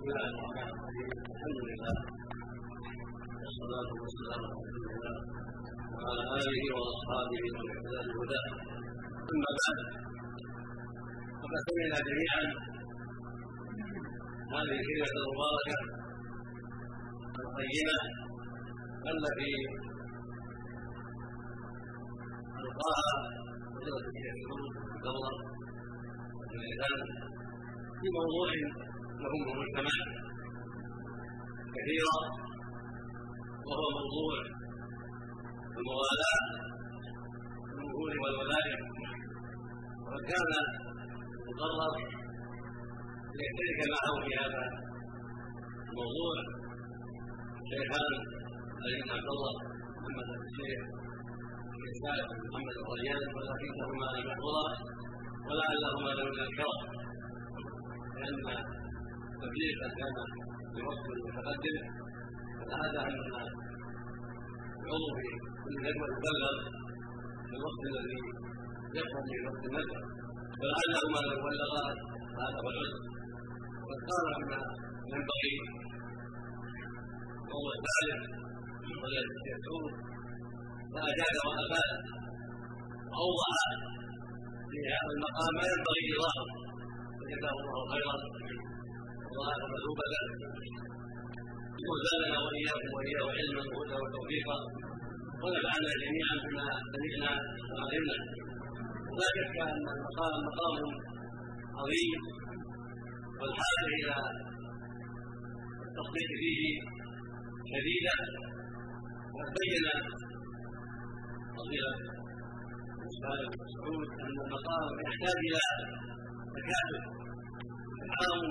الله الرحمن الرحيم. الحمد لله والصلاة والسلام على رسول الله وعلى آله وأصحابه ومن اهتدى بهداه. أما بعد، فقد سمعنا جميعا هذه الكلمة المباركة القيمة التي ألقاها فضيلة الشيخ عبد الله بن الإسلام في موضوع يهم المجتمع كثيرا، وهو موضوع الموالاة والنفور والولاية. وقد كان مقرر ليشترك معه في هذا الموضوع الشيخان الذين عبد الله محمد الشيخ الشيخ محمد الريان، ولكنهما لم يحضرا ولعلهما لم يذكرا، لأن التبليغ كان بوقت متقدم، فالعادة أن العضو في كل ندوة يبلغ في الوقت الذي يقتضي في وقت الندوة، ولعلهما لو بلغا هذا هو العذر. وقد قال بما ينبغي الموضوع الثالث من فضيلة الشيخ سعود، فأجاد وأفاد وأوضح في هذا المقام ما ينبغي إيضاحه، فجزاه الله خيرا وضاعف مثوبته وزادنا وإياكم وإياه علما وهدى وتوفيقا، ونفعنا جميعا بما سمعنا وعلمنا. ولا شك أن المقام مقام عظيم، والحاجة إلى التصديق فيه شديدة. وقد بين فضيلة الأستاذ مسعود أن المقام يحتاج إلى تكاتف وتعاون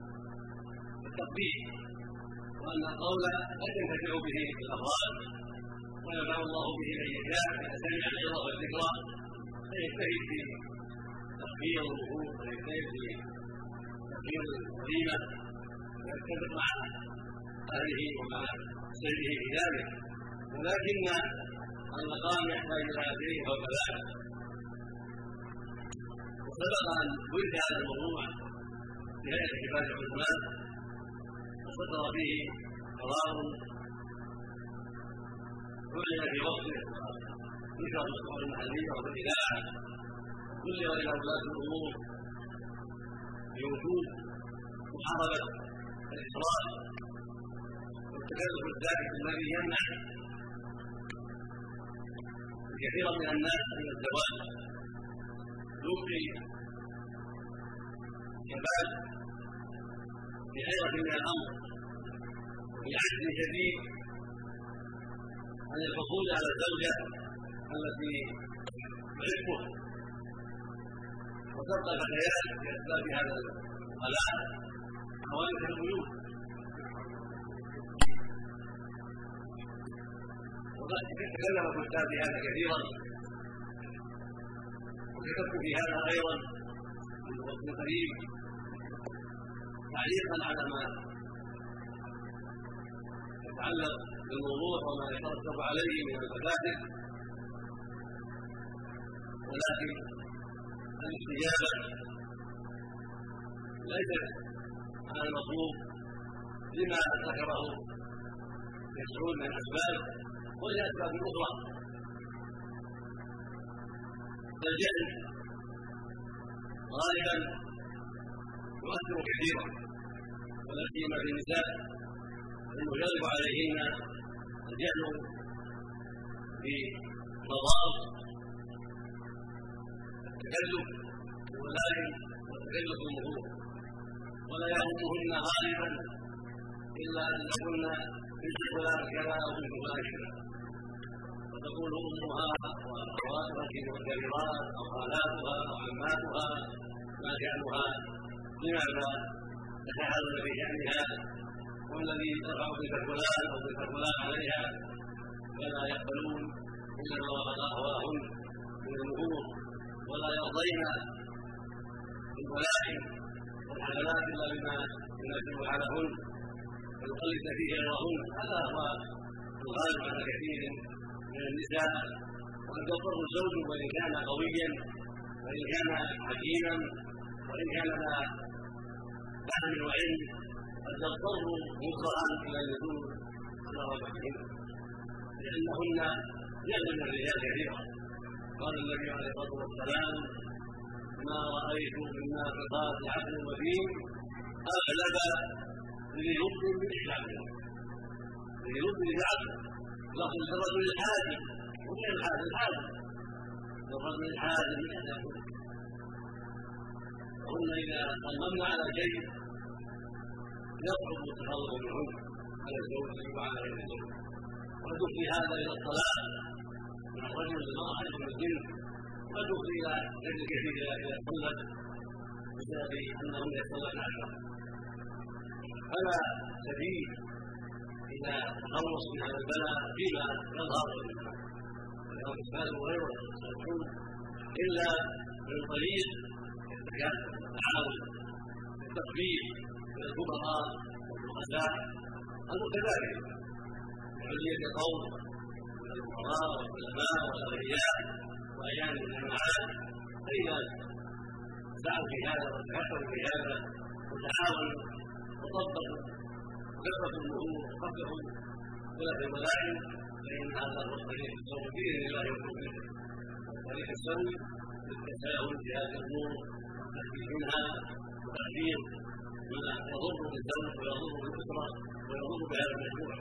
في التطبيق، وأن القول قد ينتفع به الأفراد وينفع الله به من يشاء إذا سمع العظة والذكرى، فيجتهد في تقدير الوقوف ويجتهد في تقدير الوليمة ويتفق مع أهله ومع سيده في ذلك. ولكن المقام يحتاج إلى شيء فوق ذلك. وسبق أن ورد هذا الموضوع في هيئة كبار العلماء، وصدر فيه قرار أعلن في وقته ذكر الصور المحلية والإذاعة، بلغ إلى ولاة الأمور بوجود محاربة الإسراف والتكلف الزائد الذي يمنع كثيرا من الناس من الزواج، يبقي شباب بحيرة من الأمر وبعجز شديد عن الحصول على الزوجة التي تحبه، وتبقى الفتيات بأسباب هذا الغلاء حوادث البيوت. وقد تكلم الكتاب في هذا كثيرا، وكتبت في هذا ايضا في وقت قريب تعليقا على ما يتعلق بالموضوع وما يترتب عليه من المفاسد. ولكن الاستجابه ليست على المطلوب لما ذكره مسعود من اسباب ولأسباب أخرى. فالجهل غالبا يؤثر كثيرا، ولا سيما في النساء، فإنه يغلب عليهن الجهل بمضار التكلف والولاء وتكلف المهور، ولا يهمهن غالبا إلا أن تكن مثل فلان كذا أو مثل فلان كذا، وتقول أمها وأخواتها كبيرات أو خالاتها أو عماتها ما شأنها، لماذا تتحرر في شأنها، والذي ترفع بنت فلان أو بنت فلان عليها فلا يقبلون إلا ما وافق أهواهن من المهور، ولا يرضين بالولاء والحلالات إلا بما يناسب حالهن ويقلد فيه غيرهن. هذا هو الغالب على كثير من النساء. وقد يضطر الزوج وإن كان قويا وإن كان حكيما وإن كان ذا فهم وعلم قد يضطروا مكرها الى النزول على ربهم لانهن يعلم الرجال كثيرا. قال النبي عليه الصلاه والسلام: ما رايت من ناقصات عقل ودين اغلب ليبطل باحلامهم، ليبطل بعقله. لفظ الرجل الحاجب ومن الحاجب الحاجب الرجل الحاجب من اهدافه. وقلنا اذا صممنا على شيء يصعب التخلص منه على الزوج وعلى غير الزوج، وتفضي هذا الى الصلاه مع الرجل المراه من الجن، وتفضي الى غير الكثير الى الصلاه بسبب انهم يصلون عشرا. فلا سبيل الى التخلص من هذا البلاء فيما يظهر والإسلام وغيره الا من طريق التعاون والتخفيف من الفقراء والرؤساء المتبادل بعلية القوم من الفقراء والعلماء والاغنياء واعيان الجماعات، فإذا سعوا في هذا وتكفلوا في هذا وتعاونوا وطبقوا وكففوا الامور وخففوا خلاف الملائم، فإن هذا هو الطريق السوي بإذن الله وتوفيقه. الطريق السوي بالتساهل في هذه الامور والتخفيف منها وتخفيف ما يضر بالزوج ويضر بالاسره ويضر بهذا المشروع.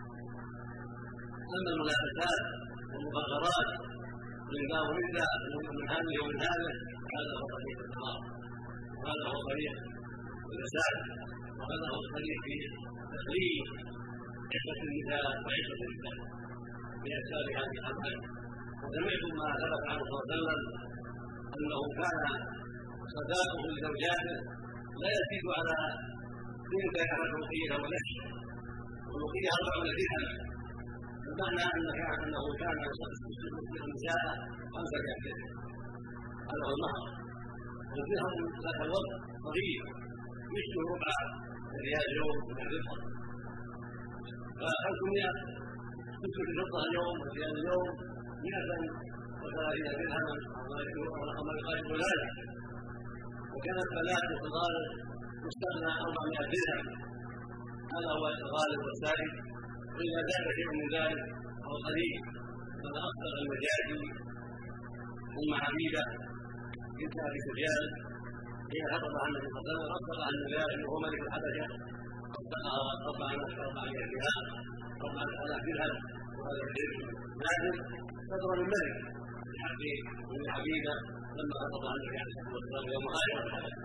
اما المنافسات والمباغرات من ذا ومن ذا من هذه ومن هذا، هذا هو طريق الحرام، وهذا هو طريق الفساد، وهذا هو الطريق في تخريب عفه النساء وعفه الرجال باسباب هذه الحرام. وسمعتم ما ثبت عنه صلى الله عليه وسلم انه كان صداقه لزوجاته لا يزيد على 32 وقيها ونشر، والوقيه 40 درهما، بمعنى انه كان يصدق النساء 5 درهم، هذا هو المهر، والدرهم ذات الوقت صغير يشبه ربع ريال يوم من الرزق، ف500 تشبه الفضه اليوم وريال اليوم 130 درهما او ما يقارب ذلك. وكانت ثلاث صغار مستغنى 400 درهم، هذا هو الغالب والسائد. واذا زاد شيء من ذلك او قليل فما اكثر المجازي ام حبيبه بنت ابي سفيان هي خطب عن النبي صلى الله عليه وسلم، اصدق عن ذلك وهو ملك الحبشه، اصدقها 400 درهم 4000 درهم، وهذا الشيء لازم قدر الملك بحق ام حبيبه لما خطب عن النبي عليه الصلاه والسلام يوم هاجر الحبشه.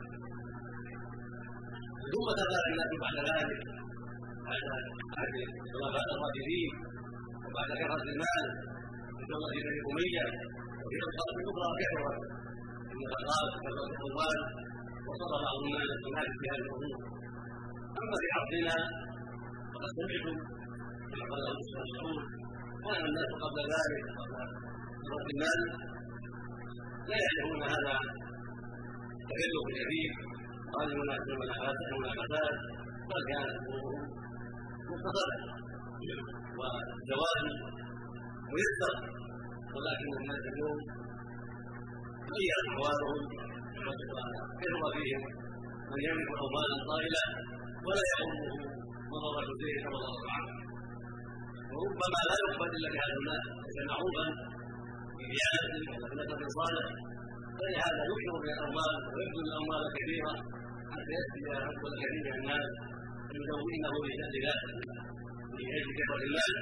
ثم تبارك الناس بعد ذلك بعد هذه الخلفاء الراشدين وبعد كثره المال في دولة بني اميه وفي الخلافه الاخرى كثره من الخطاب كثره الاموال وصار بعض الناس ينافس في هذه الامور. اما في عصرنا فقد سمعتم كما قال المسلمون كان الناس قبل ذلك قبل كثره المال لا يعرفون هذا تكلف كبير، قال المنافسات قد كانت امورهم مختصره والزواج ميسر، ولكن الناس اليوم غيرت احوالهم وكثر فيهم من يملك اموالا طائله ولا يعلمه مضره زيت ولا طعام، وربما لا يقبل الا بهذا الناس ليس معروفا بديانه ولا بنسب صالح، فلهذا يكثر من الاموال ويبذل الاموال كثيره حتى يسقي حب الكثير من الناس يزوجونه لشان ذاته لاجل كثره المال،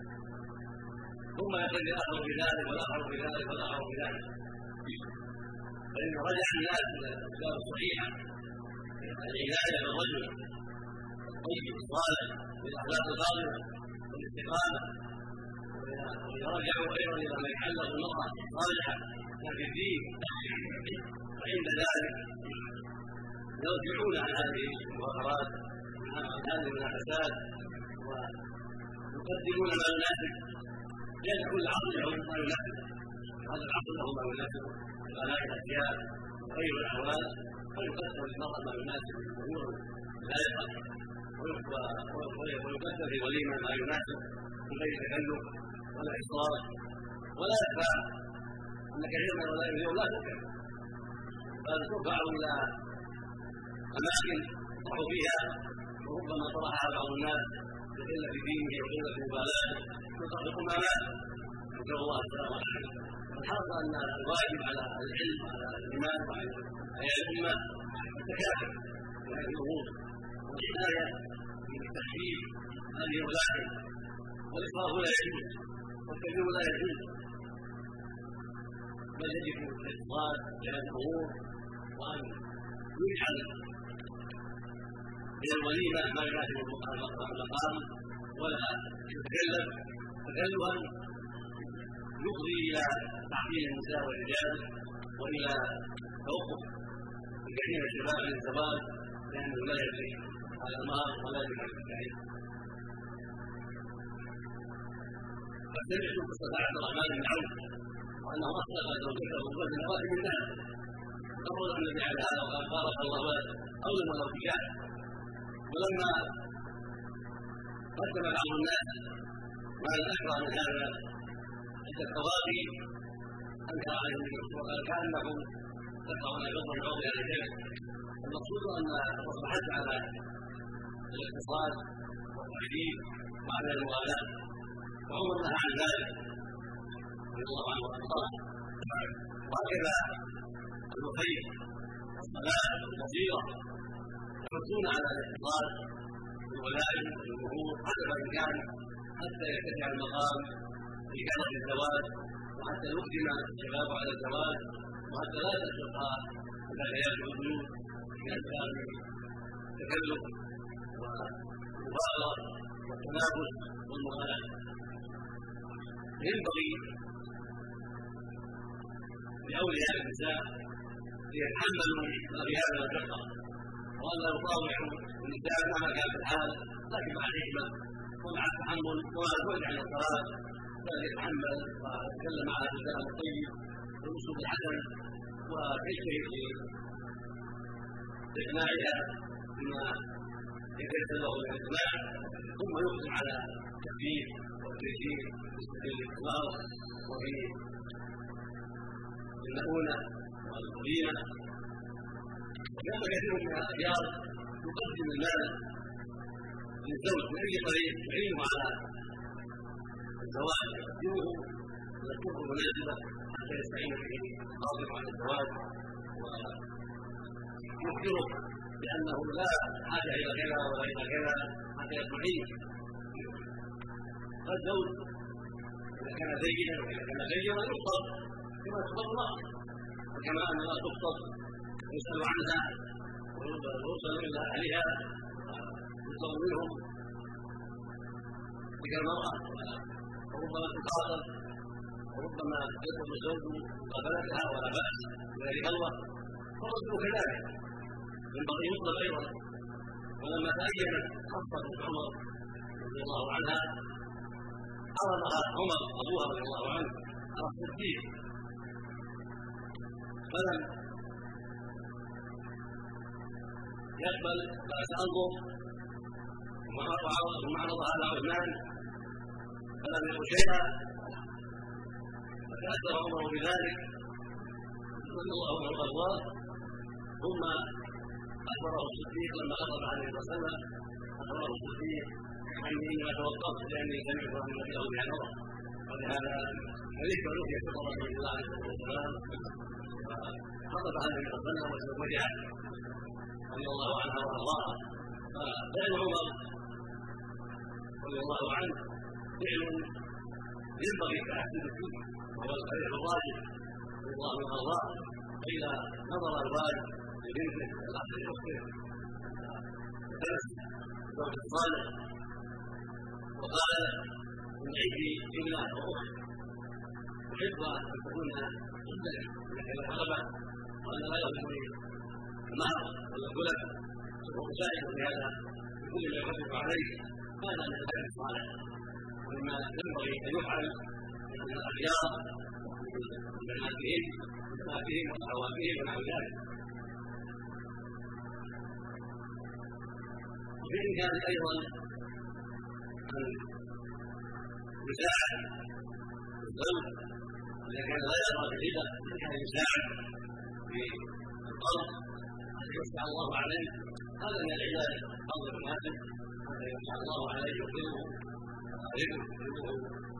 ثم يقل الاخر بذلك والاخر بذلك والاخر بذلك. فان رجع الناس الى الاسباب الصحيحه العنايه بالرجل الطيب الصالح بالاخلاق الفاضله والاستقامه، ويرجعوا ايضا الى ما يتعلق بالمراه الصالحه في الدين، فعند ذلك يرجعون عن هذه المباغرات عن هذه المنافسات ويقدمون ما يناسب، لان كل عصر له ما يناسب، هذا العصر له ما يناسب غلاء الاشياء وغير الاحوال، ويقدم للمراه ما يناسب الامور اللائقه ويقدم في وليمه ما يناسب من غير تكلف ولا اسراف. ولا يخفى ان كثير من الولائم اليوم لا تكلف، بل ترفع الى اماكن يطرح فيها ربما طرحها بعض الناس بقله دينه وقله مبالاه وترك امامات، نسال الله السلامه والعافيه. الحاصل ان الواجب على العلم وعلى الامام وعلى الامه التكافؤ في هذه الامور والعنايه بتحديد هذه الولاده، والاسراف لا يجوز والكبير لا يجوز، بل يجب الاتصال بهذه الامور وان يجعل من الوليمه ما يناسب المقام ولا يتكلف تكلفا يفضي الى تعطيل النساء والرجال والى توقف الكثير من الشباب عن الزواج لانه لا يدري على المهر ولا يدري على التعليم. قد سمعت قصه عبد الرحمن بن عوف وانه اطلق زوجته وقال من اوائل الناس فقال النبي على هذا وقال بارك الله لك اولم ولو بشاء. ولما قدم بعض الناس ما الاكبر من هذا عند التواضي انكر عليه النبي وقال كانه تقرؤون بضع العود على الجبل. المقصود ان تصبحت على الاقتصاد والتحديد وعلى المغالاه، وعمر نهى عن ذلك رضي الله عنه وارضاه. وهكذا المخير والصلاه والبصيره يحثون على الاقتصاد والولائم والمهور حسب الامكان حتى يرتفع المقام في كثره الزواج وحتى يقدم الشباب على الزواج وحتى لا تشقى الحياه البيوت من اسباب التكلف والمبالغه والتنافس والمغالاه. ينبغي لاولياء النساء ليتحملوا الغياب والدقه وان لا يطاوعوا النساء مهما كانت الحال، لكن مع الحكمه ومع التحمل ومع البعد عن الصلاه فليتحمل ويتكلم معها بالكلام الطيب والاسلوب الحسن ويجتهد في اقناعها بما يتيسر له من الاقناع، ثم يقدم على التخفيف والتيسير في سبيل الاقرار وفي المؤونه والقيمه. كان كثير من الاخيار يقدم المال للزوج باي طريق يعينه على الزواج، يقدمه الى الطرق المناسبه حتى يستعين به القادر على الزواج ويخبره بانه لا حاجه الى كذا ولا الى كذا حتى يطمئن. فالزوج اذا كان زينا واذا كان غيرا يخطب كما تخطب الله، وكما انها تخطب يسال عنها ويوصل الى اهلها ويطلب منهم تلك المراه، وربما تخاطب وربما يطلب الزوج مقابلتها ولا باس بذلك الله، فالرجل كذلك ينبغي يطلب ايضا. ولما تأيمت حفصه بنت عمر رضي الله عنها عرضها عمر ابوها رضي الله عنه على الصديق فلم يقبل بل سأنظر ثم عرضها على عثمان فلم يقل شيئا، فتأثر عمر بذلك رضي الله عنه وارضاه. ثم أخبره الصديق لما خطب عليه الصلاة والسلام أخبره الصديق أني إنما توقفت لأني سمعت أن له بها نظر، ولهذا ملكت رؤية خطب رسول الله عليه الصلاة والسلام فخطبها النبي صلى الله عليه وسلم وزوجها رضي الله عنها وارضاها. ففعل عمر رضي الله عنه فعل ينبغي التأكد فيه وهو الخليفة الراجل رضي الله عنه وارضاه. فإذا نظر الوالد لبنته الأخ لأخته درس الزوج الصالح وقال من عندي ابنة وأخت أحب أن تكون عندك إنك إذا غلبت وأنا لا يغلبني المهر ولا الغلب وأساعد في هذا بكل ما يوافق عليه، هذا من الخير الصالح ومما ينبغي أن يفعل من الأخيار من بناتهم وأبنائهم وأخواتهم ونحو ذلك. وفي الإمكان أيضا أن يساعد الزوج إذا كان لا يرى بالهبة أن يساعد في القرض الذي يوسع الله عليه، هذا من العلاج القرض المناسب حتى يفتح الله عليه يكرمه ويكرمه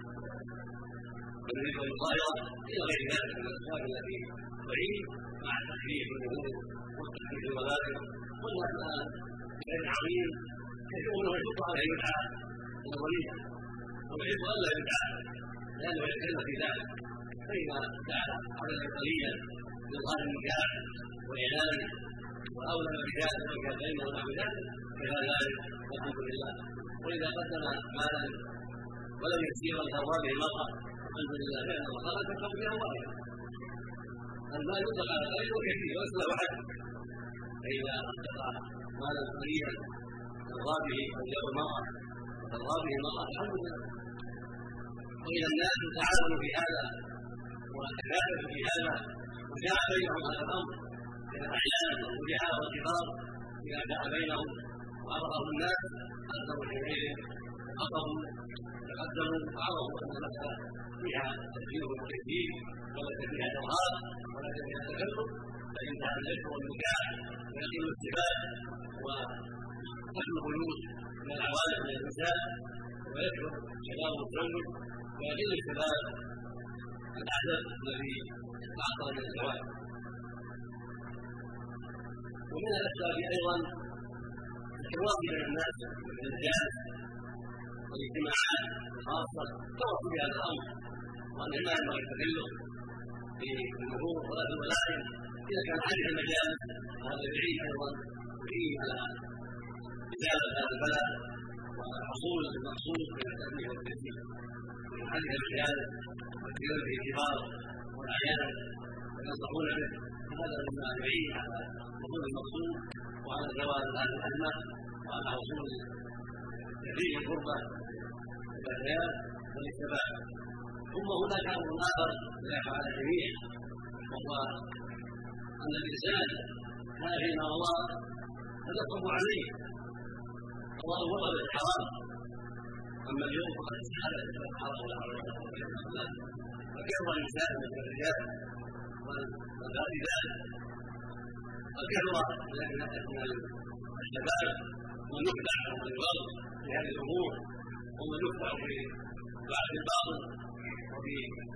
ويريد الظاهره الى غير ذلك من الاسباب التي تعين مع تخفيف الامور وتخفيف المظالم والمساله شيء عظيم يشوفونه يشق عليه يدعى الى الوليمه ويحب الا يدعى لانه يتكلم في ذلك فاذا دعا عددا قليلا لاظهار النكاح واعلانه واولى بذلك والكافرين ونحو ذلك فلا ذلك والحمد لله واذا قدم مالا ولم يسير لثوابه المرأة الحمد لله لأن المرأة تنفق بها واحدة المال يطلق على قليل وكثير ويصلح واحد فإذا أنفق مالا قليلا لثوابه أولياء المرأة وثوابه المرأة الحمد لله وإذا الناس تعاونوا في هذا وتكاتفوا في هذا وجاء بينهم هذا الأمر من الأحيان والوجهاء والكبار إذا جاء بينهم وعرفه الناس أكثر حينئذ خطبوا تقدموا وعرفوا ان المساله فيها تسجيل وتكذيب وليس فيها ارهاب وليس فيها تكلف فانتهى العشق والنكاح ويقل الاتفاق وتخلو البيوت من العوالم من النساء ويكثر شباب الزوج ويقل الشباب العدد الذي تعطل من الزواج ومن الاسباب ايضا الحوار بين الناس والرجال والاجتماعات خاصه توصل بهذا الامر وان لا ينبغي التكلف في الامور ولا في الولائم اذا كان حديث المجالس هذا يعين ايضا يعين على ازاله هذا البلاء وحصول المقصود من التنبيه والتسليم من حديث المجالس والكلام به الكبار والاعيان وينصحون به هذا مما يعين على حصول المقصود وعلى زوال هذه الازمه وعلى حصول تفريج القربى والبيان والاجتماع ثم هناك امر اخر لا يخفى على الجميع وهو ان الانسان كان فيما الله تدقق عليه الله وقف الحرام اما اليوم فقد استحالت الحرام ولا حول ولا قوه الا بالله فكثر الانسان من الرجال والغالبات وكثر من الشباب ومن يخدع ومن يغر في هذه الامور ومن يخدع في بعض الباطل وفي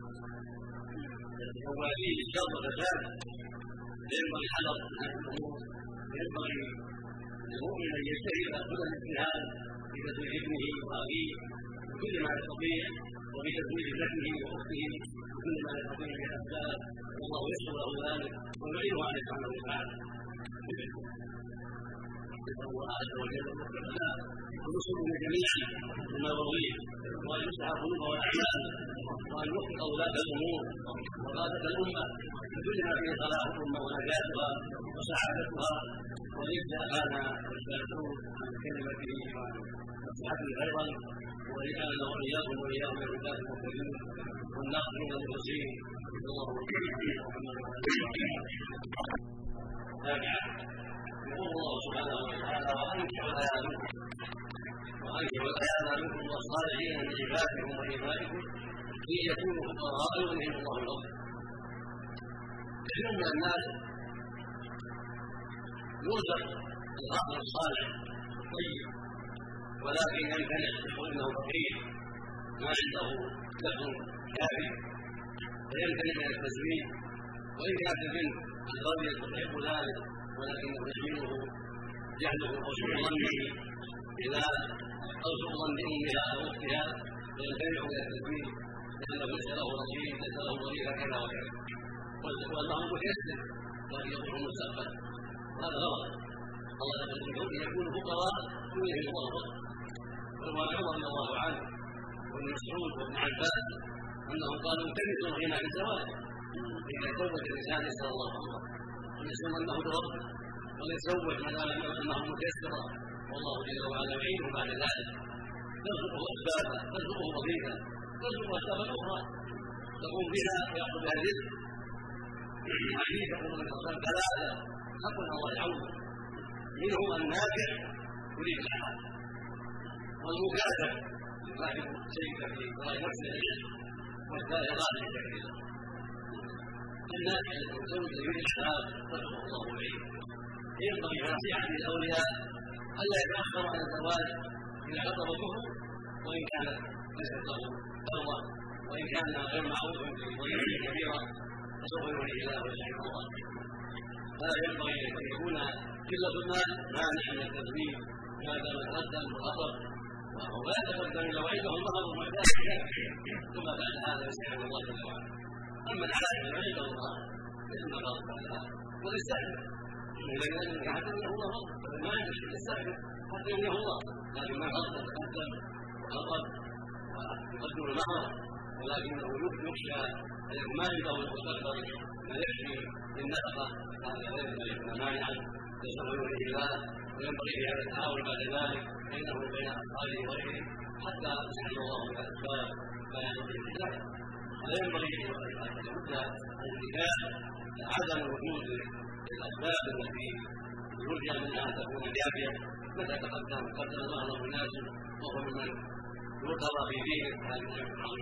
مواليه الشر والفساد ينبغي الحذر من هذه الامور ينبغي للمؤمن ان يجتهد كل الاجتهاد في تزويج ابنه واخيه بكل ما يستطيع وفي تزويج ابنته واخته بكل ما يستطيع من الاسباب والله يسر له ذلك ويعينه على سبحانه وتعالى نسأل الله عز وجل ونصرنا جميعا مما يرضيه وأن يصلح القلوب والأعمال وأن يوفق ولاة الأمور وقادة الأمة بكل ما فيه صلاح الأمة ونجاتها وسعادتها ويجزى هذا ويستغفر عن كلمته ونصيحته أيضا ويجعلنا وإياكم وإياهم من عباد المؤمنين والناصرين المخلصين الله محمد يقول الله سبحانه وتعالى وانكحوا الايام منكم والصالحين من عبادكم وإمائكم ان يكونوا فقراء يغنيهم الله من فضله. كثير من الناس يرزق الرجل الصالح الطيب ولكن يمتنع يقول انه فقير ما عنده دخل كافي فيمتنع من التزويج وان كانت البنت الغاليه تحب ذلك ولكنه يحمله جهله وسوء ظنه اذا او سوء ظن امها او اختها فيمتنع من التزويج لانه ليس له رصيد ليس له وظيفه كذا وكذا والله متيسر وان يضر المستقبل وهذا غلط. الله يقول ان يكونوا فقراء يغنيهم الله وروى عمر رضي الله عنه وابن مسعود وابن عباس انهم قالوا التمسوا الغنى للزواج اذا زوج الانسان يسال الله امره ويسلم انه توفى وليتزوج ما دام انه متيسرا والله جل وعلا يعينه بعد ذلك ترزقه اسبابا ترزقه وظيفه ترزقه اسبابا اخرى تقوم بها وياخذ بها الرزق حديث يقول من اصحاب ثلاثه حق الله يعوض منهم النافع يريد الحلال والمكافئ صاحب شيء كثير ولا يمثل العلم والثالث غالب كثير النافع الزوج يريد الحلال ترزق الله اليه ينبغي نصيحه الاولياء الا يتاخر عن الزواج اذا خطب كفر وان كانت ليست له ثروه وان كان غير معروف بضيعه كبيره فسوف يولي الله ويسلم الله. فلا ينبغي ان يكون قله المال مانع من التزويج ما دام تقدم وخطب ولا يتقدم الا وعنده المهر المعتاد ثم بعد هذا يسال الله جل وعلا. اما العائله فعنده المهر فان الله تعالى وللسائل اذا حتى انه الله ما عنده شيء يستعجل حتى انه الله لكن ما خطب تقدم وخطب ويقدم المهر ولكنه يخشى ان يكون ما عنده المستقبل ما يكفي للنفقه هذا لا ينبغي ان يكون مانعا يستغفر الله وينبغي في هذا التعاون بعد ذلك بينه وبين اصحابه وغيره حتى يسعد الله من الاسباب ما ينبغي لله. ولا ينبغي ان يمد الانتكاس عدم وجود الاسباب التي يرجى منها ان تكون جافيه متى تقدم الله مناسب وهو ممن يرتضى في دينه هذه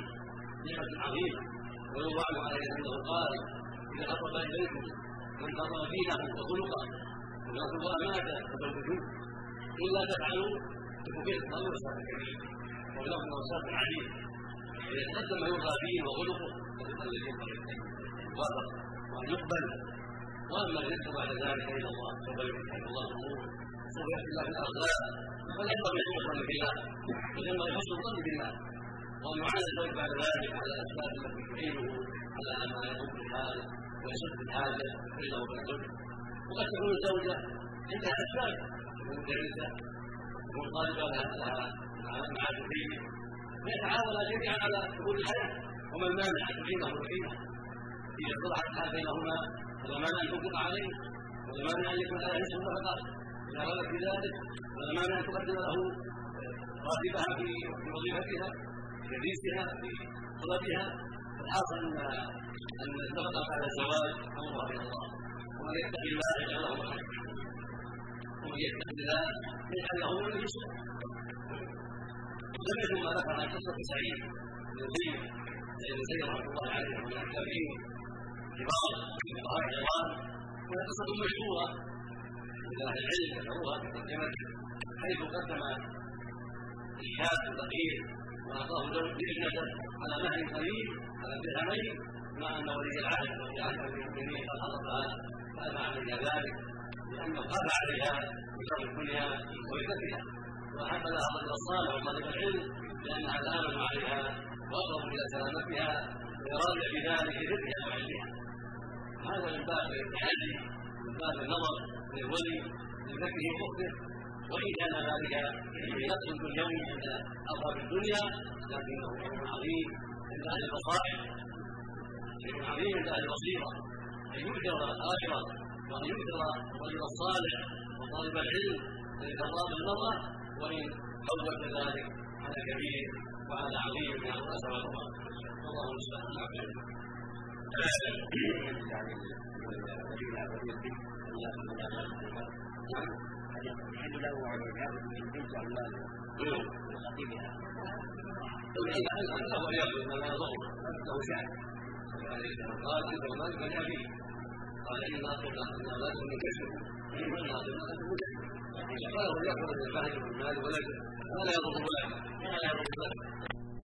نعمه عظيمه ويضاعف عليه انه قال اذا خطب اليكم من ترضى دينه وخلقه ويطلب امانته فتوجدوه الا تفعلوا تكفر الضرر وساق كبير ولكن وساق عليم اذا تقدم ما يرضى دينه وخلقه فهذا الذي ينبغي الوفق وان يقبل. واما الرزق بعد ذلك الى الله سوف يفتح الله الامور سوف ياتي الله في الاخلاق فلا ينبغي ان يظن بالله بل ينبغي حسن الظن بالله والمعاندة بعد ذلك على الاسباب التي تعينه على ما يقوم بالحال ويسد الحاجه بينه وبين زوجه. وقد تكون الزوجه عندها اسباب مدرسه منقلبه لها مع زوجيه فيتعاون جميعا على قبول الحياه وما المانع ان تقيمه وتقيمه اذا صلحت الحال بينهما ولا مانع ان تنفق عليه ولا مانع ان يكون على نصف النفقه اذا رغبت في ذلك ولا مانع ان تقدم له راتبها في وظيفتها في رزقها في طلبها. فالحاصل ان النفقه على الزواج امرها الى الله ومن يتق الله يجعل له مخرجا ومن يتق الله يجعل له من يسر. لم يكن ما ذكر عن قصه سعيد بن زيد رحمه الله عليه من التابعين كبار من فقهاء العوام وهي قصه مشهوره عند اهل العلم ذكروها في ترجمه حيث قدم الشاب الفقير واعطاه ابنته على مهر قليل على درهمين مع ان ولي العهد المؤمنين قد حضرها فابى عليها ذلك لانه خاف عليها من شر الدنيا وفتنها واحب لها ظل الصالح وطالب العلم لانها تامن عليها واقرب الى سلامتها ويراجع بذلك رزقها وعلمها. هذا من باب التحدي من باب النظر للولي لذكره وخبره وان كان ذلك يقصد اليوم عند اصحاب الدنيا لكنه شيء عظيم عند اهل البصائر شيء عظيم عند اهل البصيره ان يؤجر الاخره وان يؤجر الرجل الصالح وطالب العلم للكرام المراه وان حولت ذلك على كبير وعلى عظيم من الراس والرضا. والله المستعان. يحل له ان يجاوز من بنت عمال وخطيبها. هو يأخذ ما لا يضر له شأن. قال انت ومالك من ابيه قال ان اطلق ان اولاد من كسب وان اطلق ان مجد قال هو يأخذ من الفاحشه من المال ولده ولا يضر ولده ولا يضر ولده